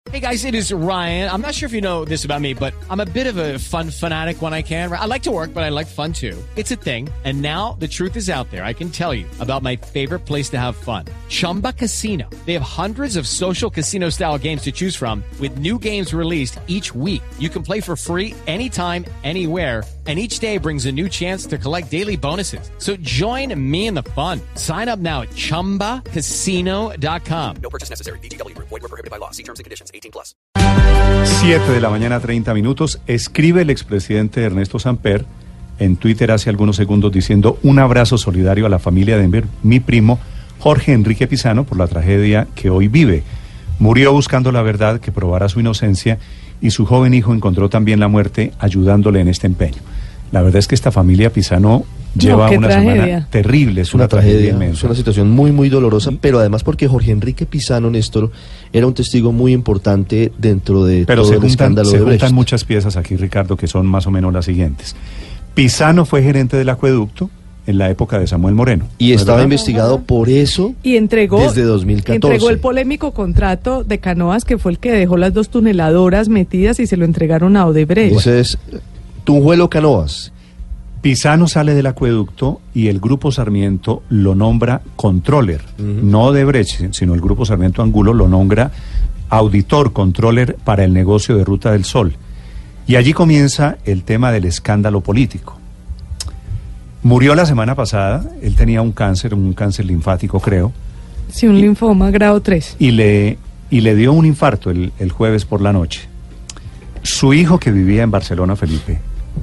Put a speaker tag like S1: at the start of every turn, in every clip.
S1: Hey guys, it is Ryan. I'm not sure if you know this about me, but I'm a bit of a fun fanatic when I can. I like to work, but I like fun too. It's a thing. And now the truth is out there. I can tell you about my favorite place to have fun. Chumba Casino. They have hundreds of social casino style games to choose from with new games released each week. You can play for free anytime, anywhere. And each day brings a new chance to collect daily bonuses. So join me in the fun. Sign up now at ChumbaCasino.com.
S2: No purchase necessary. VGW Group. Void where prohibited by law. See terms and conditions. 18+.
S3: 7 de la mañana, 30 minutos. Escribe el expresidente Ernesto Samper en Twitter hace algunos segundos diciendo: un abrazo solidario a la familia de mi primo Jorge Enrique Pizano por la tragedia que hoy vive. Murió buscando la verdad que probara su inocencia y su joven hijo encontró también la muerte ayudándole en este empeño. La verdad es que esta familia Pizano lleva una semana terrible, es una tragedia inmensa.
S4: Es una situación muy, muy dolorosa, pero además porque Jorge Enrique Pizano, Néstor, era un testigo muy importante dentro de todo el escándalo de Brecht.
S3: Pero se juntan muchas piezas aquí, Ricardo, que son más o menos las siguientes. Pizano fue gerente del acueducto en la época de Samuel Moreno.
S4: Y estaba investigado por eso
S5: y entregó,
S4: desde 2014.
S5: Entregó el polémico contrato de Canoas, que fue el que dejó las 2 tuneladoras metidas y se lo entregaron a Odebrecht.
S4: Ese es Tunjuelo Canoas.
S3: Pizano sale del acueducto y el Grupo Sarmiento lo nombra controller, no Odebrecht, sino el Grupo Sarmiento Angulo lo nombra auditor, controller para el negocio de Ruta del Sol. Y allí comienza el tema del escándalo político. Murió la semana pasada, él tenía un cáncer linfático, creo.
S5: Sí, un linfoma grado 3.
S3: Y le dio un infarto el jueves por la noche. Su hijo, que vivía en Barcelona, Felipe,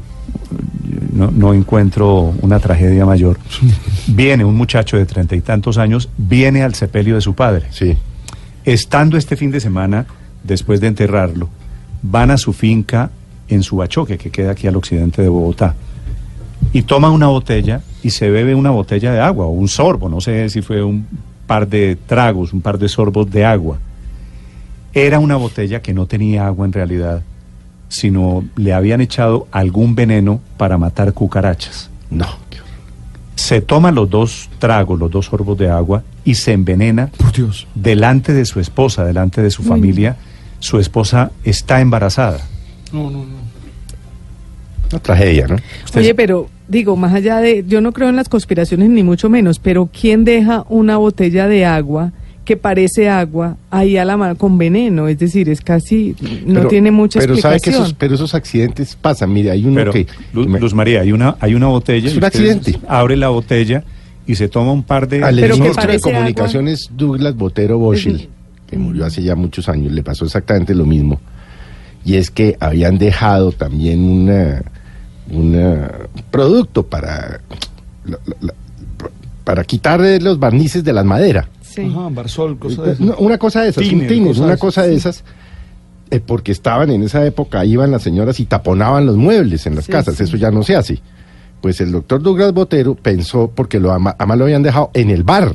S3: no encuentro una tragedia mayor, viene un muchacho de 30 y tantos años, viene al sepelio de su padre.
S4: Sí.
S3: Estando este fin de semana, después de enterrarlo, van a su finca en Subachoque, que queda aquí al occidente de Bogotá, y toma una botella y se bebe una botella de agua, o un sorbo, no sé si fue un par de tragos, un par de sorbos de agua. Era una botella que no tenía agua en realidad, sino le habían echado algún veneno para matar cucarachas.
S4: No.
S3: Se toma los 2 tragos, los 2 sorbos de agua y se envenena.
S4: Por Dios.
S3: Delante de su esposa, delante de su familia. Su esposa está embarazada.
S4: No. Una tragedia, ¿no?
S5: Oye, pero digo, más allá de, yo no creo en las conspiraciones ni mucho menos, pero ¿quién deja una botella de agua que parece agua ahí a la mano con veneno? Es decir, es casi, no tiene mucha explicación.
S6: Sabe que esos accidentes pasan. Mire, hay uno que...
S3: Luz María, hay una botella.
S6: Es un accidente.
S3: Abre la botella y se toma un par de...
S6: Al ministro de
S5: agua.
S6: Comunicaciones, Douglas Botero Boschel, que murió hace ya muchos años, le pasó exactamente lo mismo. Y es que habían dejado también un producto para quitar los barnices de las maderas.
S5: Sí.
S4: Ajá, Barsol, cosa de esas.
S6: No, una cosa de esas, una cosa de esas, porque estaban en esa época, iban las señoras y taponaban los muebles en las casas, eso ya no se hace. Pues el doctor Douglas Botero pensó, porque además lo habían dejado en el bar,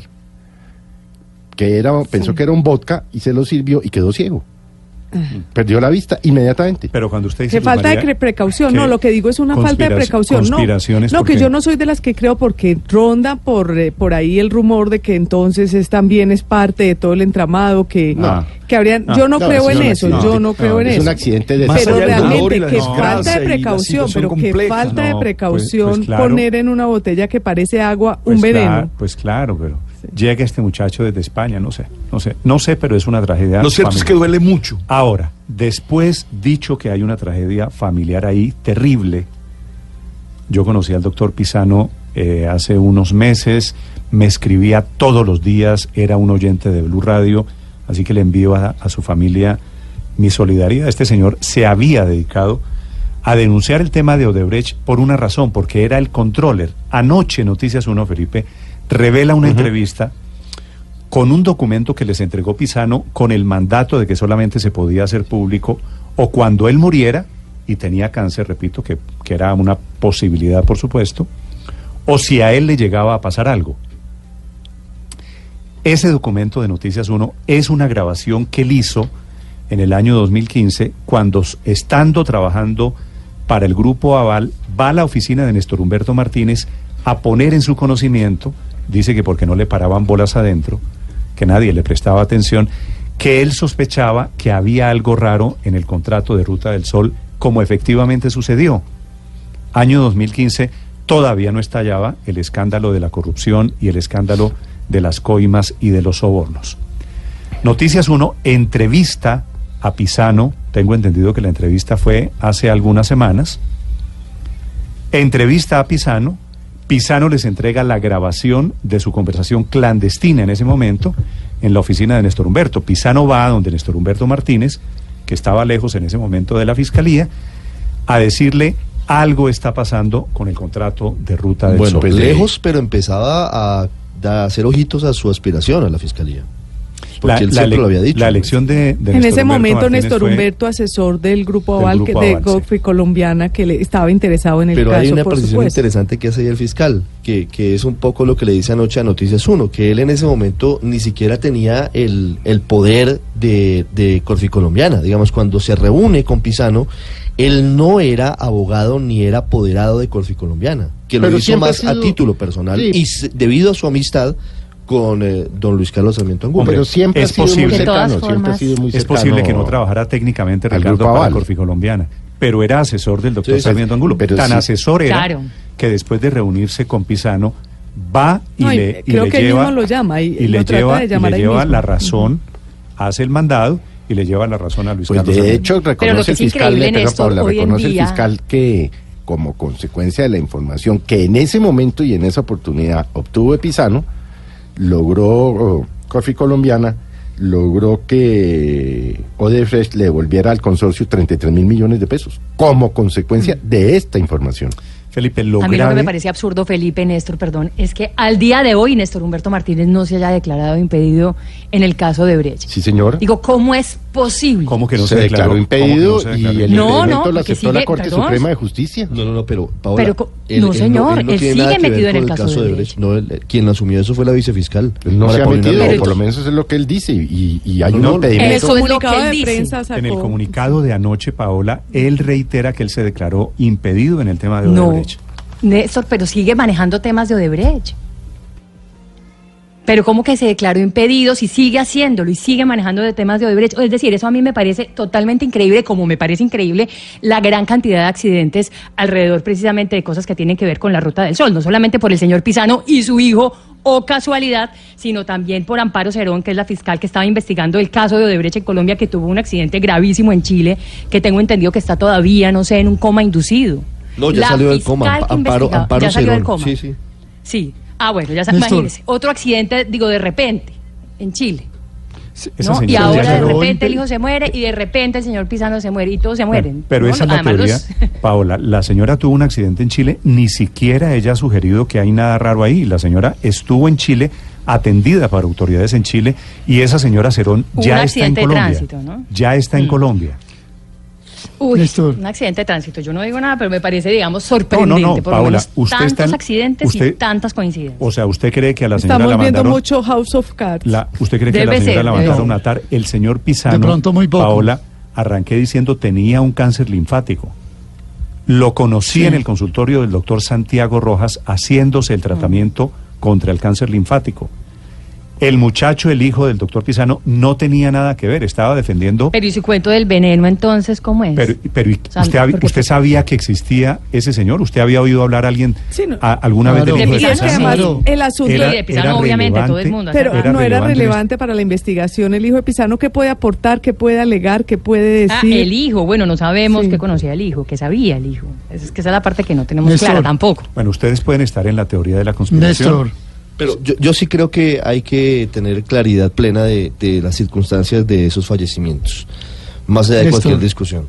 S6: pensó que era un vodka y se lo sirvió y quedó ciego. Perdió la vista inmediatamente.
S3: Pero cuando usted dice,
S5: que falta
S3: María,
S5: de precaución, no, lo que digo es una falta de precaución, no, que yo no soy de las que creo, porque ronda por ahí el rumor de que entonces también es parte de todo el entramado, que habrían, yo no creo en eso, yo no creo en eso.
S6: Es un accidente de...
S5: Pero realmente que falta de precaución, pero que falta de precaución poner en una botella que parece agua un veneno.
S3: Pues claro, pero llega este muchacho desde España, no sé, pero es una tragedia.
S4: Lo cierto es que duele mucho.
S3: Ahora, después dicho que hay una tragedia familiar ahí terrible, yo conocí al doctor Pizano hace unos meses, me escribía todos los días, era un oyente de Blue Radio, así que le envío a su familia mi solidaridad. Este señor se había dedicado a denunciar el tema de Odebrecht por una razón, porque era el controller. Anoche Noticias 1, Felipe, revela una entrevista con un documento que les entregó Pizano con el mandato de que solamente se podía hacer público o cuando él muriera, y tenía cáncer, repito, que era una posibilidad, por supuesto, o si a él le llegaba a pasar algo. Ese documento de Noticias 1 es una grabación que él hizo en el año 2015, cuando, estando trabajando para el Grupo Aval, va a la oficina de Néstor Humberto Martínez a poner en su conocimiento, dice que porque no le paraban bolas adentro, que nadie le prestaba atención, que él sospechaba que había algo raro en el contrato de Ruta del Sol, como efectivamente sucedió. Año 2015, todavía no estallaba el escándalo de la corrupción y el escándalo de las coimas y de los sobornos. Noticias 1 entrevista a Pisano, tengo entendido que la entrevista fue hace algunas semanas, entrevista a Pisano, Pisano les entrega la grabación de su conversación clandestina en ese momento en la oficina de Néstor Humberto. Pisano va a donde Néstor Humberto Martínez, que estaba lejos en ese momento de la fiscalía, a decirle algo está pasando con el contrato de Ruta del Sol.
S4: Pues lejos, pero empezaba a hacer ojitos a su aspiración a la fiscalía. Porque él siempre lo había dicho.
S3: La elección de
S5: en ese momento Néstor Humberto, asesor del Grupo Aval, de Godfrey Colombiana, que le estaba interesado en el caso,
S4: pero hay una precisión interesante que hace ahí el fiscal, que es un poco lo que le dice anoche a Noticias 1, que él en ese momento ni siquiera tenía el poder de Godfrey Colombiana. Digamos, cuando se reúne con Pisano, él no era abogado ni era apoderado de Godfrey Colombiana, que lo hizo más a título personal, sí, y debido a su amistad con don Luis Carlos Sarmiento Angulo.
S6: Pero siempre ha sido muy cercano, siempre ha sido muy cercano.
S3: Es posible que no trabajara técnicamente Ricardo para Godfrey Colombiana, pero era asesor del doctor Sarmiento Angulo. Tan asesor era que después de reunirse con Pisano va y le lleva la razón, hace el mandado y le lleva la razón a Luis Carlos Sarmiento.
S6: De hecho, reconoce el fiscal que como consecuencia de la información que en ese momento y en esa oportunidad obtuvo Pisano, logró Godfrey Colombiana, logró que Odebrecht le devolviera al consorcio 33.000 millones de pesos como consecuencia de esta información.
S3: Felipe,
S7: a mí lo que me parece absurdo, Néstor, es que al día de hoy Néstor Humberto Martínez no se haya declarado impedido en el caso de Brecht.
S6: Sí, señor.
S7: Digo, ¿cómo es posible?
S3: ¿Cómo que no se declaró
S6: impedido? Y el impedimento lo aceptó la Corte Suprema de Justicia.
S4: No, pero Paola,
S7: señor, él sigue metido en el caso de Brecht.
S4: No, quien asumió eso fue la vicefiscal.
S6: Él no se ha metido, por lo menos eso es lo que él dice, y hay un impedimento.
S7: Eso es lo que él dice.
S3: En el comunicado de anoche, Paola, él reitera que él se declaró impedido en el tema de Odebrecht.
S7: Néstor, pero sigue manejando temas de Odebrecht. Pero ¿cómo que se declaró impedido si sigue haciéndolo y sigue manejando de temas de Odebrecht? Es decir, eso a mí me parece totalmente increíble, como me parece increíble la gran cantidad de accidentes alrededor precisamente de cosas que tienen que ver con la Ruta del Sol, no solamente por el señor Pisano y su hijo, o casualidad, sino también por Amparo Cerón, que es la fiscal que estaba investigando el caso de Odebrecht en Colombia, que tuvo un accidente gravísimo en Chile, que tengo entendido que está todavía, no sé, en un coma inducido.
S4: No, ya salió del coma, Amparo
S7: ya salió del
S4: coma.
S7: Sí. Bueno, ya imagínese, otro accidente, de repente, en Chile. ¿No? Y ahora de repente el hijo se muere y de repente el señor Pisano se muere y todos se mueren.
S3: Pero esa es la teoría, Paola. La señora tuvo un accidente en Chile, ni siquiera ella ha sugerido que hay nada raro ahí. La señora estuvo en Chile, atendida por autoridades en Chile, y esa señora Cerón ya está en Colombia.
S7: Tránsito, ¿no?
S3: Ya está en Colombia.
S7: Uy, Néstor. Un accidente de tránsito. Yo no digo nada, pero me parece, sorprendente.
S3: No,
S7: por
S3: Paola,
S7: usted tantos accidentes y tantas coincidencias.
S3: O sea, ¿usted cree que a la señora
S5: la mandaron?
S3: Estamos
S5: viendo mucho House of Cards.
S3: ¿Usted cree que a la señora la mandaron a atar? El señor Pisano,
S8: de pronto muy poco.
S3: Paola, arranqué diciendo tenía un cáncer linfático. Lo conocí en el consultorio del doctor Santiago Rojas haciéndose el tratamiento contra el cáncer linfático. El muchacho, el hijo del doctor Pisano, no tenía nada que ver, estaba defendiendo...
S7: Pero ¿y su cuento del veneno entonces cómo es?
S3: Pero ¿usted sabía que existía ese señor? ¿Usted había oído hablar a alguien alguna vez del hijo de Pisano?
S5: Además, el asunto
S7: de Pisano, obviamente, todo el mundo.
S5: Pero no era relevante para la investigación el hijo de Pisano. ¿Qué puede aportar, qué puede alegar, qué puede decir?
S7: El hijo, bueno, no sabemos qué conocía el hijo, qué sabía el hijo. Es que esa es la parte que no tenemos clara tampoco.
S3: Bueno, ustedes pueden estar en la teoría de la conspiración.
S8: Néstor.
S4: Pero yo sí creo que hay que tener claridad plena de las circunstancias de esos fallecimientos, más allá de cualquier discusión.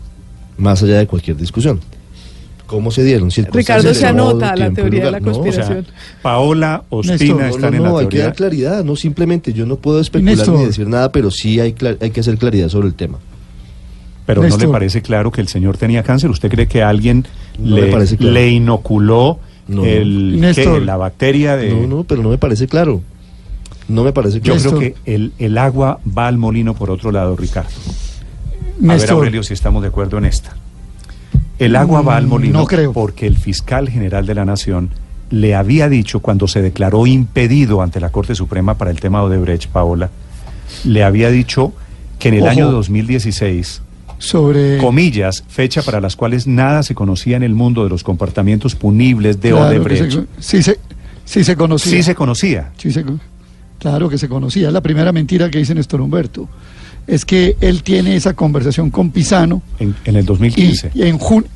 S4: ¿Cómo se dieron?
S5: Ricardo se anota la teoría de la conspiración.
S3: Paola, Ospina están en la teoría.
S4: No, hay que dar claridad, no simplemente, yo no puedo especular ni decir nada, pero sí hay que hacer claridad sobre el tema.
S3: Pero ¿no le parece claro que el señor tenía cáncer? ¿Usted cree que alguien le inoculó la bacteria de...?
S4: No, pero no me parece claro. Yo
S3: creo que el agua va al molino por otro lado, Ricardo. A ver, Aurelio, si estamos de acuerdo en esta. El agua va al molino porque el fiscal general de la Nación le había dicho, cuando se declaró impedido ante la Corte Suprema para el tema de Odebrecht, Paola, le había dicho que en el año 2016, comillas, fecha para las cuales nada se conocía en el mundo de los comportamientos punibles de Odebrecht.
S8: Sí se conocía.
S3: Sí se conocía.
S8: Claro que se conocía. Es la primera mentira que dice Néstor Humberto. Es que él tiene esa conversación con Pisano.
S3: En el 2015.
S8: Y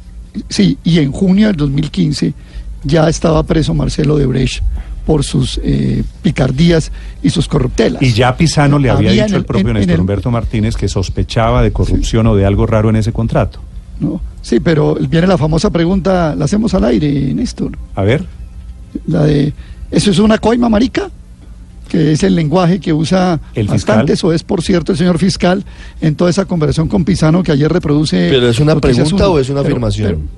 S8: en junio del 2015 ya estaba preso Marcelo Odebrecht por sus picardías y sus corruptelas.
S3: Y ya Pisano le había dicho el propio Néstor Humberto Martínez que sospechaba de corrupción o de algo raro en ese contrato.
S8: No, sí, pero viene la famosa pregunta, la hacemos al aire, Néstor.
S3: A ver.
S8: La de, ¿eso es una coima, marica? Que es el lenguaje que usa bastante, eso es, por cierto, el señor fiscal en toda esa conversación con Pisano que ayer reproduce.
S4: ¿Pero es una pregunta o es una afirmación?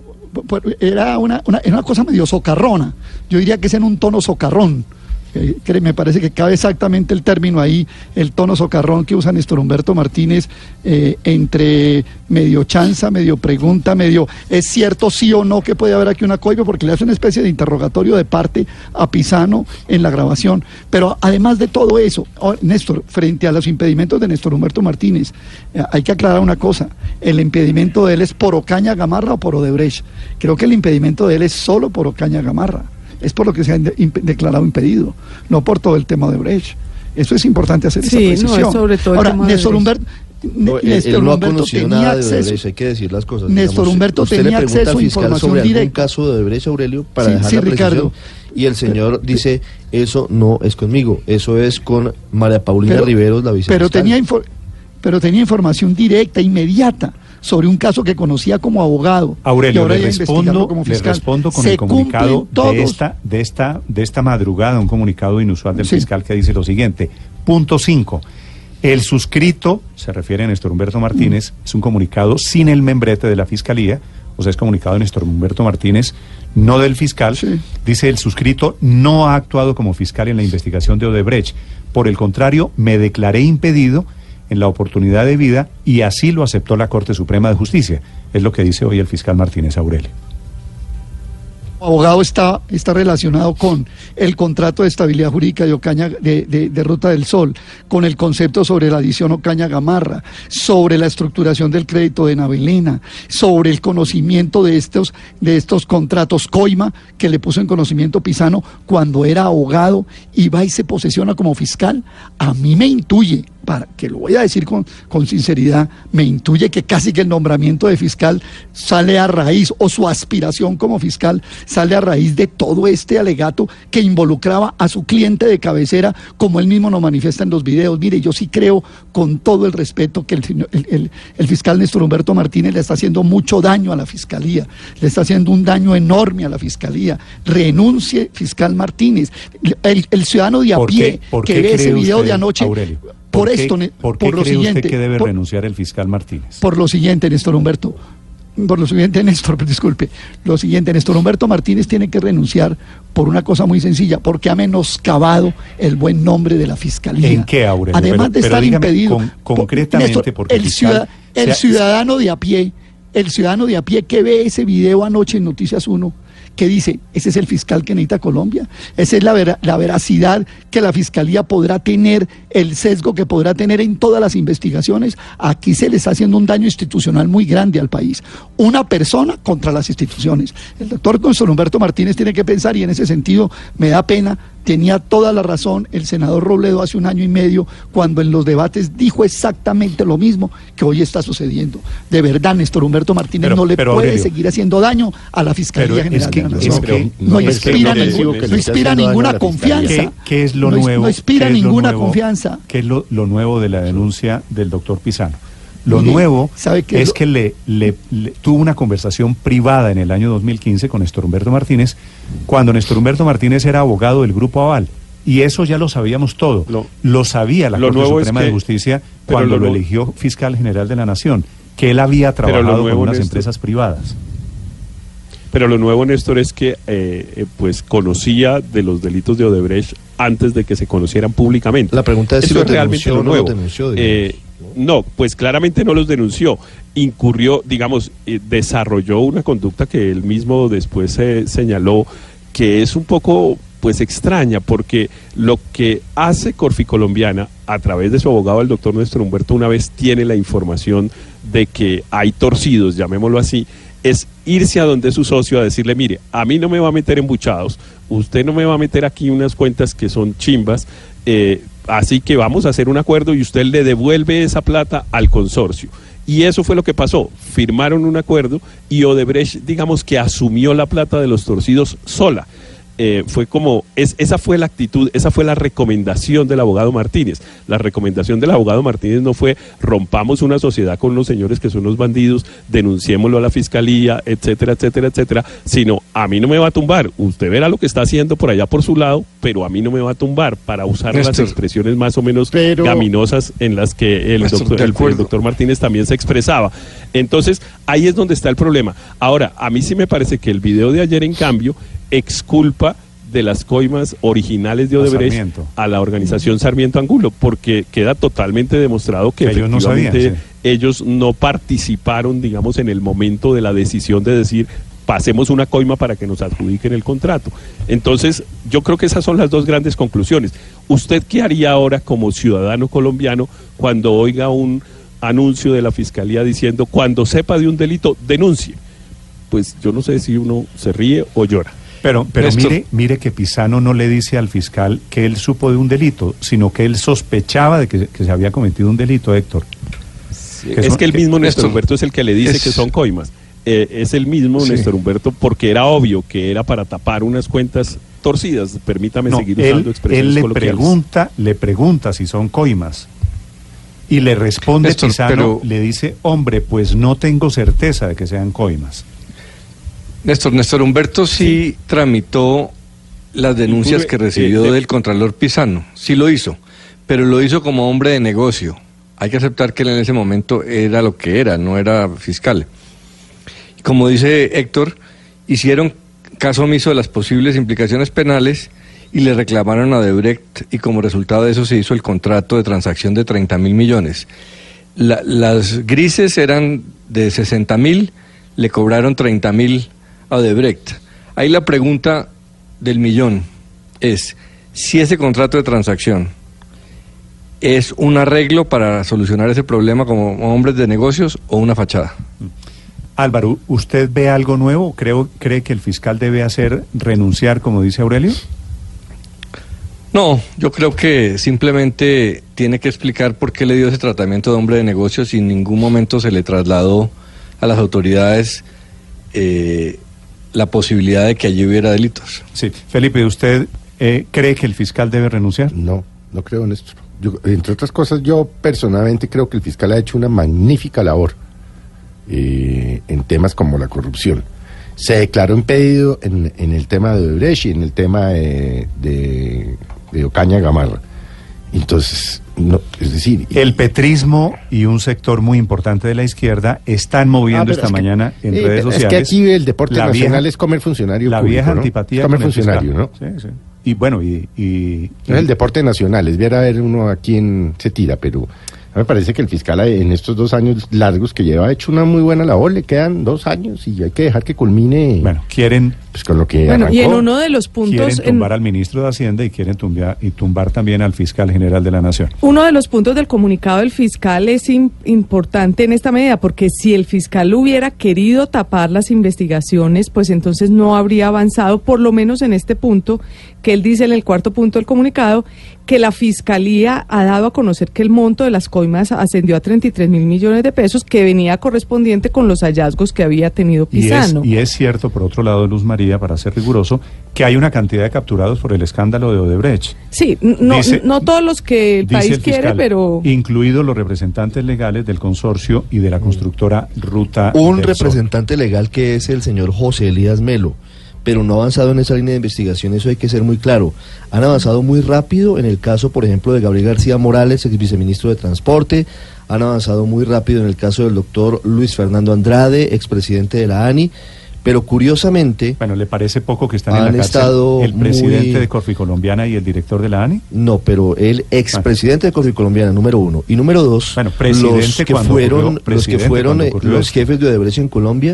S8: Era una cosa medio socarrona. Yo diría que es en un tono socarrón. Me parece que cabe exactamente el término ahí, el tono socarrón que usa Néstor Humberto Martínez, entre medio chanza, medio pregunta, medio ¿es cierto sí o no que puede haber aquí una coima? Porque le hace una especie de interrogatorio de parte a Pisano en la grabación. Pero además de todo eso, Néstor, frente a los impedimentos de Néstor Humberto Martínez, hay que aclarar una cosa: el impedimento de él es por Ocaña Gamarra o por Odebrecht. Creo que el impedimento de él es solo por Ocaña Gamarra. Es por lo que se ha declarado impedido, no por todo el tema de Odebrecht. Eso es importante hacer esa precisión.
S5: No, es sobre todo
S8: ahora, Néstor Humberto...
S4: Él no ha conocido nada de Odebrecht, hay que decir las cosas.
S8: Néstor Humberto tenía acceso a información directa.
S4: ¿Algún caso de Odebrecht, Aurelio, para dejar la precisión? Ricardo. Y el señor dice, eso no es conmigo, eso es con María Paulina Riveros, la vicefiscal.
S8: Pero tenía información directa, inmediata, sobre un caso que conocía como abogado.
S3: Aurelio, le respondo con el comunicado de esta madrugada, un comunicado inusual del fiscal que dice lo siguiente. Punto 5. El suscrito, se refiere a Néstor Humberto Martínez, es un comunicado sin el membrete de la Fiscalía, o sea, es comunicado de Néstor Humberto Martínez, no del fiscal. Sí. Dice, el suscrito no ha actuado como fiscal en la investigación de Odebrecht. Por el contrario, me declaré impedido en la oportunidad debida y así lo aceptó la Corte Suprema de Justicia. Es lo que dice hoy el fiscal Martínez Aurelio.
S8: Abogado está relacionado con el contrato de estabilidad jurídica de Ocaña de Ruta del Sol, con el concepto sobre la adición Ocaña Gamarra, sobre la estructuración del crédito de Navelena, sobre el conocimiento de estos contratos coima que le puso en conocimiento Pisano cuando era abogado y va y se posesiona como fiscal. A mí me intuye, para que lo voy a decir con sinceridad, me intuye que casi que el nombramiento de fiscal sale a raíz, o su aspiración como fiscal sale a raíz de todo este alegato que involucraba a su cliente de cabecera, como él mismo nos manifiesta en los videos. Mire, yo sí creo, con todo el respeto, que el fiscal Néstor Humberto Martínez le está haciendo mucho daño a la fiscalía, le está haciendo un daño enorme a la fiscalía. Renuncie, fiscal Martínez. El ciudadano de a pie que ve ese video de anoche...
S3: Aurelio, ¿por qué cree usted que debe renunciar el fiscal Martínez?
S8: Por lo siguiente, Néstor Humberto. Néstor Humberto Martínez tiene que renunciar por una cosa muy sencilla, porque ha menoscabado el buen nombre de la fiscalía.
S3: ¿En qué, Aurelio?
S8: Además de estar impedido.
S3: Concretamente, Néstor, porque
S8: el ciudadano de a pie que ve ese video anoche en Noticias 1, que dice, ese es el fiscal que necesita Colombia, esa es la veracidad que la Fiscalía podrá tener, el sesgo que podrá tener en todas las investigaciones. Aquí se le está haciendo un daño institucional muy grande al país. Una persona contra las instituciones. El doctor Néstor Humberto Martínez tiene que pensar, y en ese sentido me da pena, tenía toda la razón el senador Robledo hace un año y medio, cuando en los debates dijo exactamente lo mismo que hoy está sucediendo. De verdad, Néstor Humberto Martínez no le puede
S3: Aurelio,
S8: seguir haciendo daño a la Fiscalía General de la Nación. No inspira ninguna confianza.
S3: ¿Qué es lo nuevo?
S8: No inspira ninguna confianza.
S3: ¿Qué es lo nuevo de la denuncia del doctor Pisano? Lo nuevo es que le tuvo una conversación privada en el año 2015 con Néstor Humberto Martínez, cuando Néstor Humberto Martínez era abogado del Grupo Aval. Y eso ya lo sabíamos todo. Lo sabía la Corte Suprema de Justicia cuando lo eligió fiscal general de la Nación, que él había trabajado con unas empresas privadas.
S9: Pero lo nuevo, Néstor, es que pues conocía de los delitos de Odebrecht antes de que se conocieran públicamente.
S4: La pregunta es si
S9: lo realmente lo nuevo. No, pues claramente no los denunció. Incurrió, digamos, desarrolló una conducta que él mismo después señaló que es un poco pues extraña, porque lo que hace Corficolombiana, a través de su abogado, el doctor Néstor Humberto, una vez tiene la información de que hay torcidos, llamémoslo así, es irse a donde su socio a decirle, mire, a mí no me va a meter embuchados, usted no me va a meter aquí unas cuentas que son chimbas, así que vamos a hacer un acuerdo y usted le devuelve esa plata al consorcio. Y eso fue lo que pasó, firmaron un acuerdo y Odebrecht, digamos que asumió la plata de los torcidos sola. Fue como, esa fue la actitud, esa fue la recomendación del abogado Martínez. La recomendación del abogado Martínez no fue rompamos una sociedad con los señores que son los bandidos, denunciémoslo a la fiscalía, etcétera, etcétera, etcétera, sino a mí no me va a tumbar, usted verá lo que está haciendo por allá por su lado, pero a mí no me va a tumbar, para usar las expresiones más o menos gaminosas en las que el doctor Martínez también se expresaba. Entonces, ahí es donde está el problema. Ahora, a mí sí me parece que el video de ayer, en cambio, exculpa de las coimas originales de Odebrecht a la organización Sarmiento Angulo, porque queda totalmente demostrado que efectivamente ellos no participaron, digamos, en el momento de la decisión de decir pasemos una coima para que nos adjudiquen el contrato. Entonces, yo creo que esas son las dos grandes conclusiones. ¿Usted qué haría ahora como ciudadano colombiano cuando oiga un anuncio de la Fiscalía diciendo cuando sepa de un delito, denuncie? Pues yo no sé si uno se ríe o llora.
S3: Pero mire que Pisano no le dice al fiscal que él supo de un delito, sino que él sospechaba de que se había cometido un delito, Héctor.
S9: Sí, es que el mismo Néstor Humberto es el que le dice que son coimas. Es el mismo Néstor Humberto, porque era obvio que era para tapar unas cuentas torcidas. Permítame seguir usando expresiones coloquiales.
S3: Le pregunta si son coimas. Y le responde Néstor, Pisano, le dice, hombre, pues no tengo certeza de que sean coimas.
S10: Néstor Humberto sí tramitó las denuncias que recibió del contralor Pisano, sí lo hizo, pero lo hizo como hombre de negocio. Hay que aceptar que él en ese momento era lo que era, no era fiscal. Como dice Héctor, hicieron caso omiso de las posibles implicaciones penales y le reclamaron a Odebrecht, y como resultado de eso se hizo el contrato de transacción de 30.000 millones. Las grises eran de 60.000, le cobraron 30.000 a Odebrecht. Ahí la pregunta del millón es si ese contrato de transacción es un arreglo para solucionar ese problema como hombres de negocios o una fachada.
S3: Álvaro, ¿usted ve algo nuevo? ¿Cree que el fiscal debe renunciar, como dice Aurelio?
S10: No, yo creo que simplemente tiene que explicar por qué le dio ese tratamiento de hombre de negocios y en ningún momento se le trasladó a las autoridades la posibilidad de que allí hubiera delitos.
S3: Sí. Felipe, ¿usted cree que el fiscal debe renunciar?
S6: No creo en esto. Entre otras cosas, yo personalmente creo que el fiscal ha hecho una magnífica labor en temas como la corrupción. Se declaró impedido en el tema de Odebrecht y en el tema de Ocaña Gamarra. Entonces, es decir...
S3: El petrismo y un sector muy importante de la izquierda están moviendo esta mañana en redes sociales.
S6: Es que aquí el deporte nacional es comer funcionario
S3: la
S6: público,
S3: vieja
S6: ¿no?
S3: antipatía
S6: comer funcionario, ¿no?
S3: Sí. Y bueno, es
S6: el deporte nacional, es ver a ver uno a quién se tira, pero... A mí me parece que el fiscal en estos 2 años largos que lleva ha hecho una muy buena labor, le quedan 2 años y hay que dejar que culmine.
S3: Bueno, quieren
S6: pues con lo que arrancó.
S5: Y en uno de los puntos
S3: quieren tumbar al ministro de Hacienda y quieren tumbar también al fiscal general de la Nación.
S5: Uno de los puntos del comunicado del fiscal es importante en esta medida, porque si el fiscal hubiera querido tapar las investigaciones, pues entonces no habría avanzado, por lo menos en este punto, que él dice en el 4º punto del comunicado, que la Fiscalía ha dado a conocer que el monto de las coimas ascendió a 33.000 millones de pesos, que venía correspondiente con los hallazgos que había tenido Pisano.
S3: Y es cierto, por otro lado, Luz María, para ser riguroso, que hay una cantidad de capturados por el escándalo de Odebrecht.
S5: Sí, no todos los que el país quiere, fiscal, pero...
S3: incluidos los representantes legales del consorcio y de la constructora Ruta
S4: Un representante legal que es el señor José Elías Melo, pero no ha avanzado en esa línea de investigación, eso hay que ser muy claro. Han avanzado muy rápido en el caso, por ejemplo, de Gabriel García Morales, ex viceministro de Transporte, han avanzado muy rápido en el caso del doctor Luis Fernando Andrade, expresidente de la ANI, pero curiosamente...
S3: Bueno, ¿le parece poco que están en la cárcel el presidente de Corficolombiana y el director de la ANI?
S4: No, pero el expresidente de Corficolombiana, número 1. Y número 2,
S3: bueno, los que fueron
S4: los jefes de Odebrecht en Colombia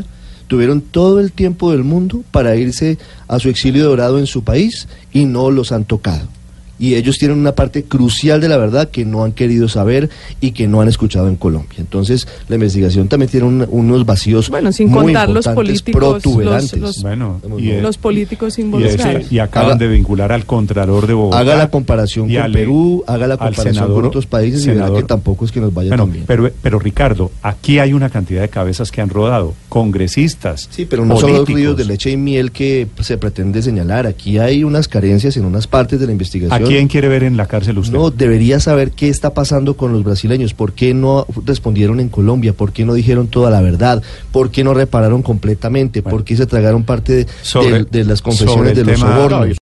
S4: tuvieron todo el tiempo del mundo para irse a su exilio dorado en su país y no los han tocado. Y ellos tienen una parte crucial de la verdad que no han querido saber y que no han escuchado en Colombia. Entonces, la investigación también tiene unos vacíos
S5: sin
S4: muy
S5: contar los políticos,
S4: protuberantes.
S5: Los políticos involucrados.
S3: Y acaban de vincular al Contralor de Bogotá.
S4: Haga la comparación con Perú, haga la comparación con otros países y verá que tampoco es que nos vaya tan bien.
S3: Pero Ricardo, aquí hay una cantidad de cabezas que han rodado, congresistas,
S4: sí, pero no son los ríos de leche y miel que se pretende señalar. Aquí hay unas carencias en unas partes de la investigación.
S3: ¿Quién quiere ver en la cárcel usted?
S4: No, debería saber qué está pasando con los brasileños, por qué no respondieron en Colombia, por qué no dijeron toda la verdad, por qué no repararon completamente, por qué se tragaron parte de las confesiones de los sobornos.